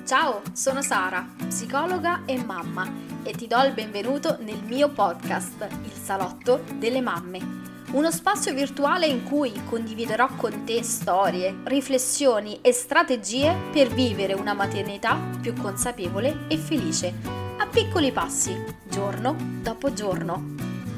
Ciao, sono Sara, psicologa e mamma e ti do il benvenuto nel mio podcast, Il Salotto delle Mamme. Uno spazio virtuale in cui condividerò con te storie, riflessioni e strategie per vivere una maternità più consapevole e felice, a piccoli passi, giorno dopo giorno.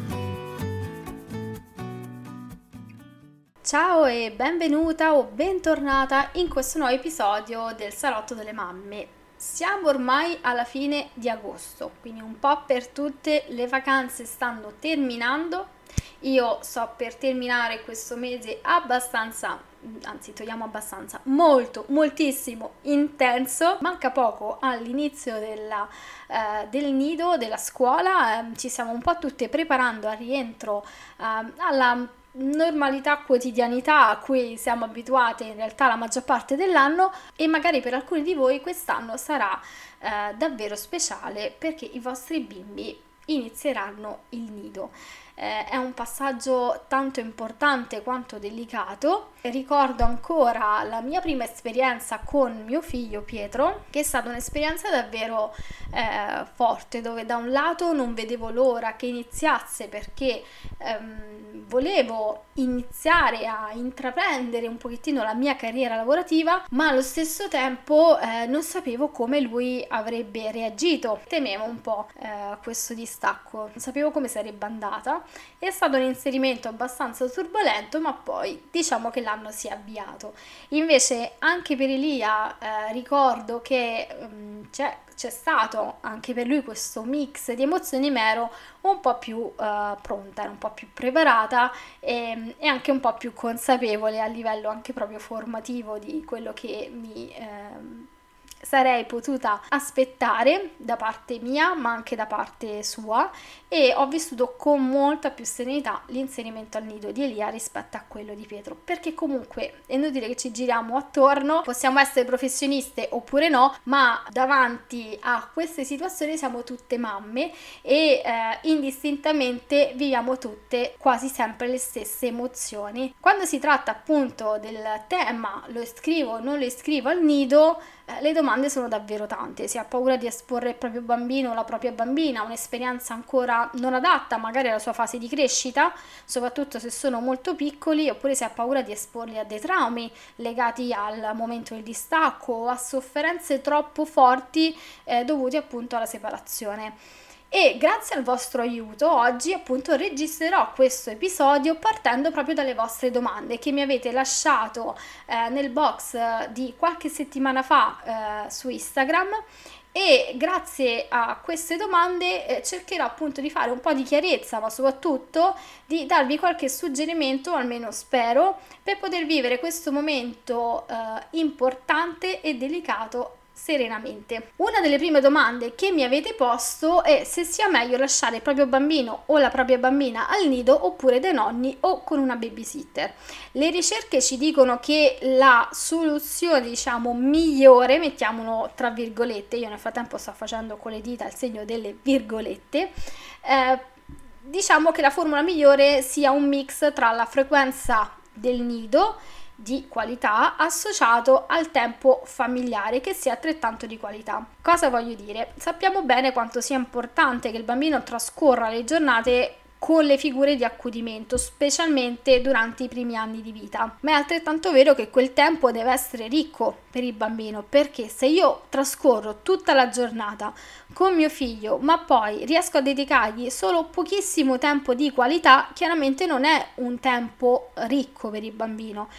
Ciao e benvenuta o bentornata in questo nuovo episodio del Salotto delle Mamme. Siamo ormai alla fine di agosto, quindi un po' per tutte le vacanze stanno terminando. Io sto per terminare questo mese moltissimo intenso. Manca poco all'inizio del nido, della scuola. Ci stiamo un po' tutte preparando al rientro alla normalità, quotidianità a cui siamo abituate in realtà la maggior parte dell'anno, e magari per alcuni di voi quest'anno sarà davvero speciale perché i vostri bimbi inizieranno il nido. È un passaggio tanto importante quanto delicato. Ricordo ancora la mia prima esperienza con mio figlio Pietro, che è stata un'esperienza davvero forte, dove da un lato non vedevo l'ora che iniziasse perché volevo iniziare a intraprendere un pochettino la mia carriera lavorativa, ma allo stesso tempo non sapevo come lui avrebbe reagito. Temevo un po' questo distacco, non sapevo come sarebbe andata. È stato un inserimento abbastanza turbolento, ma poi diciamo che l'anno si è avviato. Invece anche per Elia ricordo che c'è stato anche per lui questo mix di emozioni, ma ero un po' più pronta, ero un po' più preparata e anche un po' più consapevole a livello anche proprio formativo di quello che mi sarei potuta aspettare da parte mia ma anche da parte sua, e ho vissuto con molta più serenità l'inserimento al nido di Elia rispetto a quello di Pietro, perché comunque è inutile che ci giriamo attorno, possiamo essere professioniste oppure no, ma davanti a queste situazioni siamo tutte mamme e indistintamente viviamo tutte quasi sempre le stesse emozioni. Quando si tratta appunto del tema lo iscrivo o non lo iscrivo al nido, le domande sono davvero tante. Si ha paura di esporre il proprio bambino o la propria bambina a un'esperienza ancora non adatta magari alla sua fase di crescita, soprattutto se sono molto piccoli, oppure si ha paura di esporli a dei traumi legati al momento del distacco o a sofferenze troppo forti dovute appunto alla separazione. E grazie al vostro aiuto oggi appunto registrerò questo episodio partendo proprio dalle vostre domande che mi avete lasciato nel box di qualche settimana fa su Instagram, e grazie a queste domande cercherò appunto di fare un po' di chiarezza, ma soprattutto di darvi qualche suggerimento, almeno spero, per poter vivere questo momento importante e delicato serenamente. Una delle prime domande che mi avete posto è se sia meglio lasciare il proprio bambino o la propria bambina al nido oppure dai nonni o con una babysitter. Le ricerche ci dicono che la soluzione, diciamo, migliore, mettiamolo tra virgolette, io nel frattempo sto facendo con le dita il segno delle virgolette, diciamo che la formula migliore sia un mix tra la frequenza del nido di qualità associato al tempo familiare che sia altrettanto di qualità. Cosa voglio dire? Sappiamo bene quanto sia importante che il bambino trascorra le giornate con le figure di accudimento, specialmente durante i primi anni di vita, ma è altrettanto vero che quel tempo deve essere ricco per il bambino, perché se io trascorro tutta la giornata con mio figlio ma poi riesco a dedicargli solo pochissimo tempo di qualità, chiaramente non è un tempo ricco per il bambino.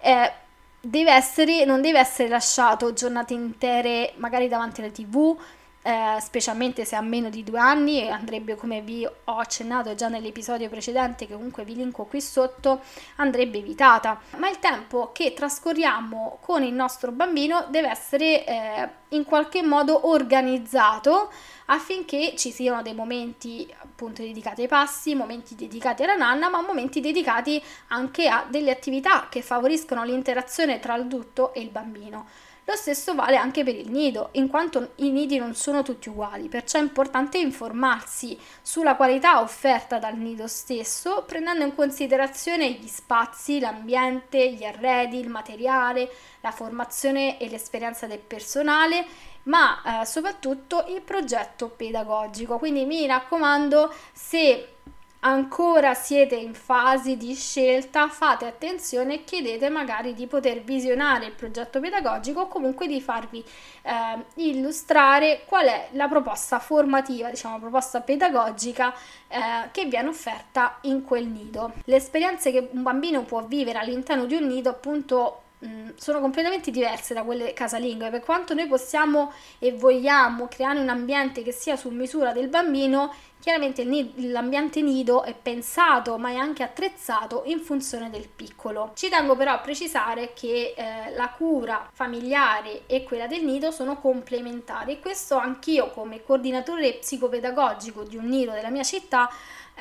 Non deve essere lasciato giornate intere magari davanti alla TV, specialmente se ha meno di 2 anni, e andrebbe, come vi ho accennato già nell'episodio precedente che comunque vi linko qui sotto, andrebbe evitata. Ma il tempo che trascorriamo con il nostro bambino deve essere in qualche modo organizzato affinché ci siano dei momenti appunto dedicati ai passi, momenti dedicati alla nanna, ma momenti dedicati anche a delle attività che favoriscono l'interazione tra l'adulto e il bambino. Lo stesso vale anche per il nido, in quanto i nidi non sono tutti uguali, perciò è importante informarsi sulla qualità offerta dal nido stesso, prendendo in considerazione gli spazi, l'ambiente, gli arredi, il materiale, la formazione e l'esperienza del personale, ma soprattutto il progetto pedagogico. Quindi mi raccomando, se ancora siete in fase di scelta, fate attenzione e chiedete magari di poter visionare il progetto pedagogico o comunque di farvi illustrare qual è la proposta formativa, diciamo la proposta pedagogica che viene offerta in quel nido. Le esperienze che un bambino può vivere all'interno di un nido appunto sono completamente diverse da quelle casalinghe. Per quanto noi possiamo e vogliamo creare un ambiente che sia su misura del bambino, chiaramente l'ambiente nido è pensato ma è anche attrezzato in funzione del piccolo. Ci tengo però a precisare che la cura familiare e quella del nido sono complementari, e questo anch'io come coordinatore psicopedagogico di un nido della mia città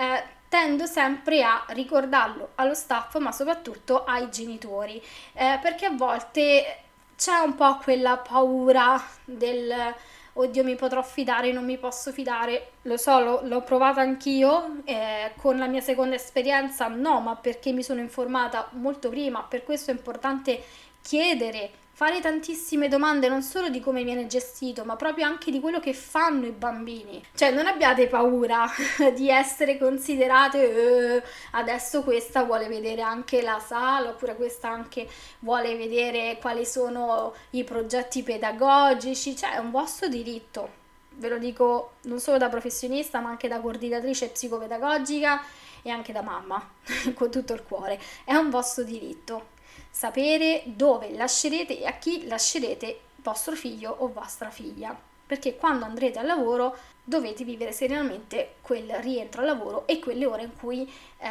tendo sempre a ricordarlo allo staff, ma soprattutto ai genitori, perché a volte c'è un po' quella paura del oddio, mi potrò fidare, non mi posso fidare. Lo so, l'ho provata anch'io, con la mia seconda esperienza no, ma perché mi sono informata molto prima. Per questo è importante chiedere, fare tantissime domande, non solo di come viene gestito, ma proprio anche di quello che fanno i bambini. Cioè, non abbiate paura di essere considerate adesso questa vuole vedere anche la sala, oppure questa anche vuole vedere quali sono i progetti pedagogici. Cioè, è un vostro diritto. Ve lo dico non solo da professionista, ma anche da coordinatrice psicopedagogica e anche da mamma, con tutto il cuore. È un vostro diritto sapere dove lascerete e a chi lascerete vostro figlio o vostra figlia, perché quando andrete al lavoro dovete vivere serenamente quel rientro al lavoro e quelle ore in cui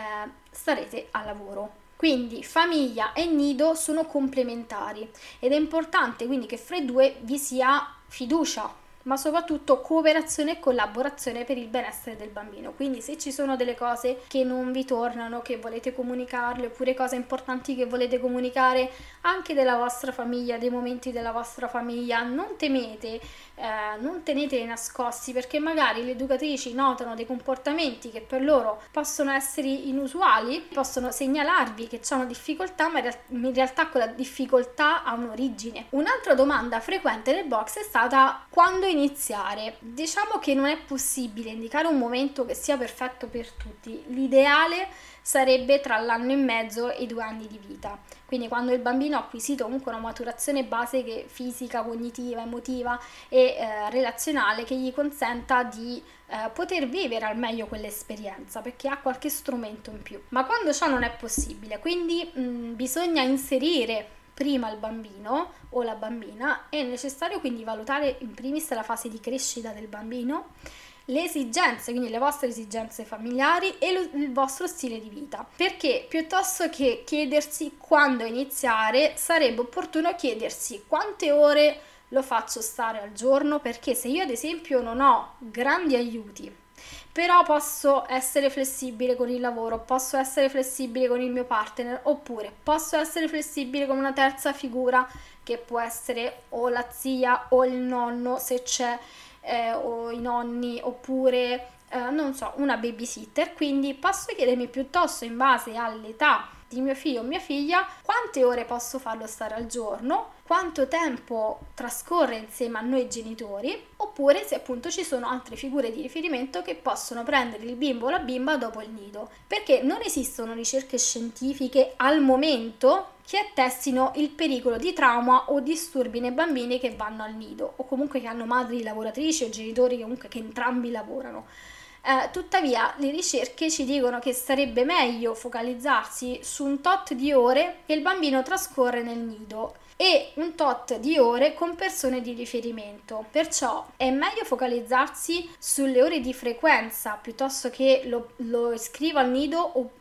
starete al lavoro. Quindi famiglia e nido sono complementari ed è importante quindi che fra i due vi sia fiducia, ma soprattutto cooperazione e collaborazione per il benessere del bambino. Quindi se ci sono delle cose che non vi tornano, che volete comunicarle, oppure cose importanti che volete comunicare anche della vostra famiglia, dei momenti della vostra famiglia, non temete, non teneteli nascosti, perché magari le educatrici notano dei comportamenti che per loro possono essere inusuali, possono segnalarvi che c'è una difficoltà, ma in realtà quella difficoltà ha un'origine. Un'altra domanda frequente nel box è stata: quando iniziare? Diciamo che non è possibile indicare un momento che sia perfetto per tutti. L'ideale sarebbe tra l'anno e mezzo e i 2 anni di vita, quindi quando il bambino ha acquisito comunque una maturazione base fisica, cognitiva, emotiva e relazionale che gli consenta di poter vivere al meglio quell'esperienza, perché ha qualche strumento in più. Ma quando ciò non è possibile, quindi bisogna inserire prima il bambino o la bambina, è necessario quindi valutare in primis la fase di crescita del bambino, le esigenze, quindi le vostre esigenze familiari e il vostro stile di vita, perché piuttosto che chiedersi quando iniziare sarebbe opportuno chiedersi quante ore lo faccio stare al giorno, perché se io ad esempio non ho grandi aiuti, però posso essere flessibile con il lavoro, posso essere flessibile con il mio partner, oppure posso essere flessibile con una terza figura che può essere o la zia o il nonno se c'è, o i nonni, oppure non so, una babysitter. Quindi posso chiedermi piuttosto, in base all'età di mio figlio o mia figlia, quante ore posso farlo stare al giorno, quanto tempo trascorre insieme a noi genitori, oppure se appunto ci sono altre figure di riferimento che possono prendere il bimbo o la bimba dopo il nido, perché non esistono ricerche scientifiche al momento che attestino il pericolo di trauma o disturbi nei bambini che vanno al nido, o comunque che hanno madri lavoratrici o genitori che entrambi lavorano. Tuttavia le ricerche ci dicono che sarebbe meglio focalizzarsi su un tot di ore che il bambino trascorre nel nido e un tot di ore con persone di riferimento. Perciò è meglio focalizzarsi sulle ore di frequenza piuttosto che lo iscrivo al nido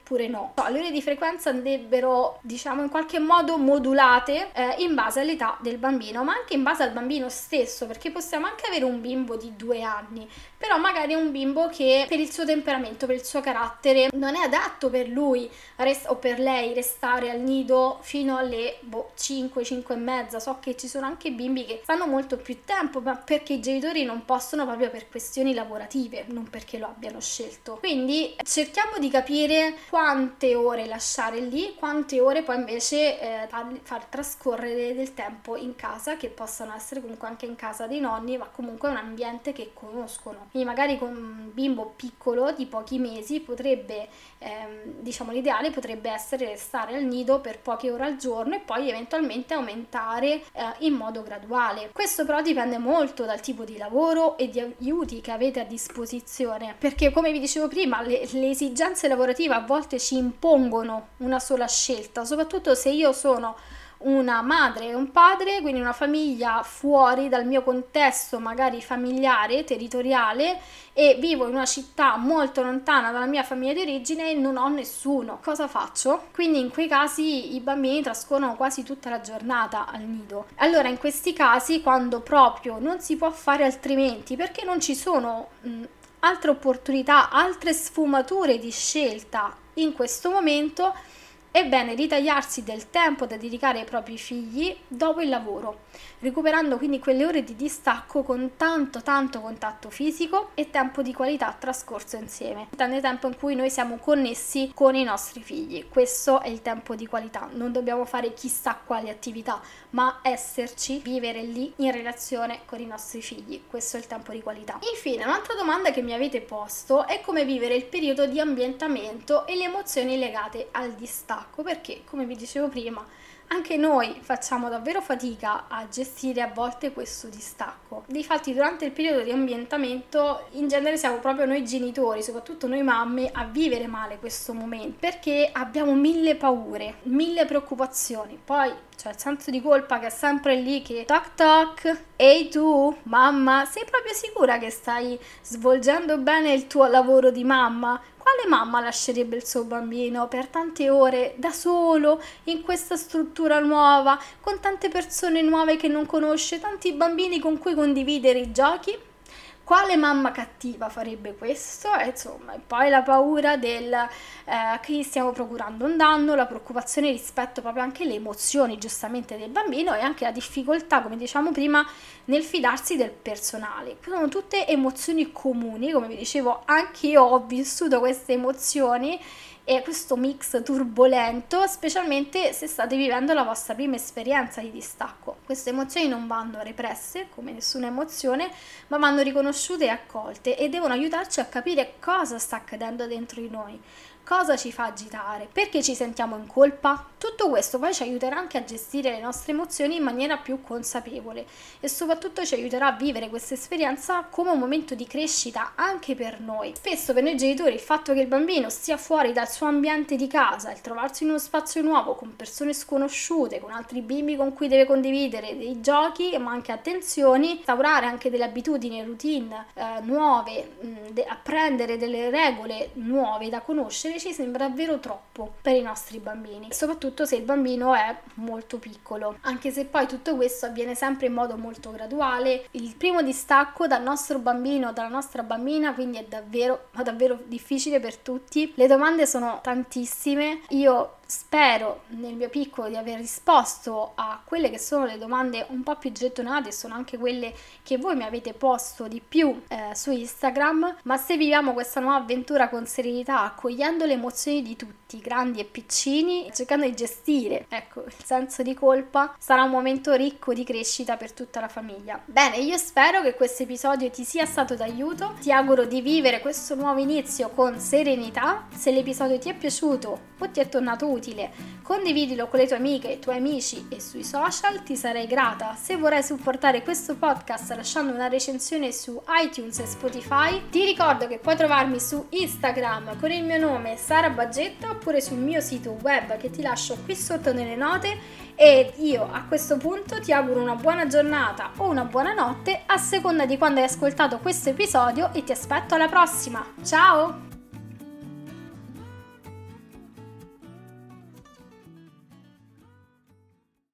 oppure no. Le ore di frequenza andrebbero, diciamo, in qualche modo modulate in base all'età del bambino, ma anche in base al bambino stesso, perché possiamo anche avere un bimbo di 2 anni, però magari è un bimbo che per il suo temperamento, per il suo carattere, non è adatto per lui o per lei restare al nido fino alle 5 e mezza. So che ci sono anche bimbi che stanno molto più tempo, ma perché i genitori non possono, proprio per questioni lavorative, non perché lo abbiano scelto. Quindi cerchiamo di capire quante ore lasciare lì, quante ore poi invece far trascorrere del tempo in casa, che possano essere comunque anche in casa dei nonni, ma comunque un ambiente che conoscono. Quindi magari con un bimbo piccolo di pochi mesi potrebbe, diciamo, l'ideale potrebbe essere stare al nido per poche ore al giorno e poi eventualmente aumentare in modo graduale. Questo però dipende molto dal tipo di lavoro e di aiuti che avete a disposizione, perché come vi dicevo prima le esigenze lavorative a volte ci impongono una sola scelta, soprattutto se io sono una madre e un padre, quindi una famiglia fuori dal mio contesto magari familiare, territoriale, e vivo in una città molto lontana dalla mia famiglia di origine e non ho nessuno. Cosa faccio? Quindi in quei casi i bambini trascorrono quasi tutta la giornata al nido. Allora in questi casi, quando proprio non si può fare altrimenti, perché non ci sono altre opportunità, altre sfumature di scelta in questo momento, è bene ritagliarsi del tempo da dedicare ai propri figli dopo il lavoro, recuperando quindi quelle ore di distacco con tanto contatto fisico e tempo di qualità trascorso insieme, nel tempo in cui noi siamo connessi con i nostri figli. Questo è il tempo di qualità, non dobbiamo fare chissà quali attività, ma esserci, vivere lì in relazione con i nostri figli. Questo è il tempo di qualità. Infine, un'altra domanda che mi avete posto è come vivere il periodo di ambientamento e le emozioni legate al distacco, perché come vi dicevo prima anche noi facciamo davvero fatica a gestire a volte questo distacco. Difatti durante il periodo di ambientamento in genere siamo proprio noi genitori, soprattutto noi mamme, a vivere male questo momento, perché abbiamo 1000 paure, 1000 preoccupazioni. Poi c'è il senso di colpa che è sempre lì, che toc toc, ehi tu mamma, sei proprio sicura che stai svolgendo bene il tuo lavoro di mamma? Quale mamma lascerebbe il suo bambino per tante ore da solo in questa struttura nuova, con tante persone nuove che non conosce, tanti bambini con cui condividere i giochi? Quale mamma cattiva farebbe questo? Insomma, e poi la paura del che gli stiamo procurando un danno, la preoccupazione rispetto proprio anche alle emozioni giustamente del bambino e anche la difficoltà, come diciamo prima, nel fidarsi del personale. Sono tutte emozioni comuni, come vi dicevo, anche io ho vissuto queste emozioni e questo mix turbolento, specialmente se state vivendo la vostra prima esperienza di distacco. Queste emozioni non vanno represse come nessuna emozione, ma vanno riconosciute e accolte e devono aiutarci a capire cosa sta accadendo dentro di noi. Cosa ci fa agitare? Perché ci sentiamo in colpa? Tutto questo poi ci aiuterà anche a gestire le nostre emozioni in maniera più consapevole e soprattutto ci aiuterà a vivere questa esperienza come un momento di crescita anche per noi. Spesso per noi genitori il fatto che il bambino stia fuori dal suo ambiente di casa, il trovarsi in uno spazio nuovo con persone sconosciute, con altri bimbi con cui deve condividere dei giochi ma anche attenzioni, instaurare anche delle abitudini e routine nuove, apprendere delle regole nuove da conoscere, ci sembra davvero troppo per i nostri bambini, soprattutto se il bambino è molto piccolo, anche se poi tutto questo avviene sempre in modo molto graduale. Il primo distacco dal nostro bambino, dalla nostra bambina, quindi è davvero difficile per tutti. Le domande sono tantissime, io spero nel mio piccolo di aver risposto a quelle che sono le domande un po' più gettonate, sono anche quelle che voi mi avete posto di più su Instagram, ma se viviamo questa nuova avventura con serenità, accogliendo le emozioni di tutti, grandi e piccini, cercando di gestire, il senso di colpa, sarà un momento ricco di crescita per tutta la famiglia. Bene, io spero che questo episodio ti sia stato d'aiuto, ti auguro di vivere questo nuovo inizio con serenità. Se l'episodio ti è piaciuto o ti è tornato utile, condividilo con le tue amiche, i tuoi amici e sui social, ti sarei grata. Se vorrai supportare questo podcast lasciando una recensione su iTunes e Spotify, ti ricordo che puoi trovarmi su Instagram con il mio nome Sara Baggetta oppure sul mio sito web che ti lascio qui sotto nelle note, e io a questo punto ti auguro una buona giornata o una buona notte a seconda di quando hai ascoltato questo episodio e ti aspetto alla prossima. Ciao!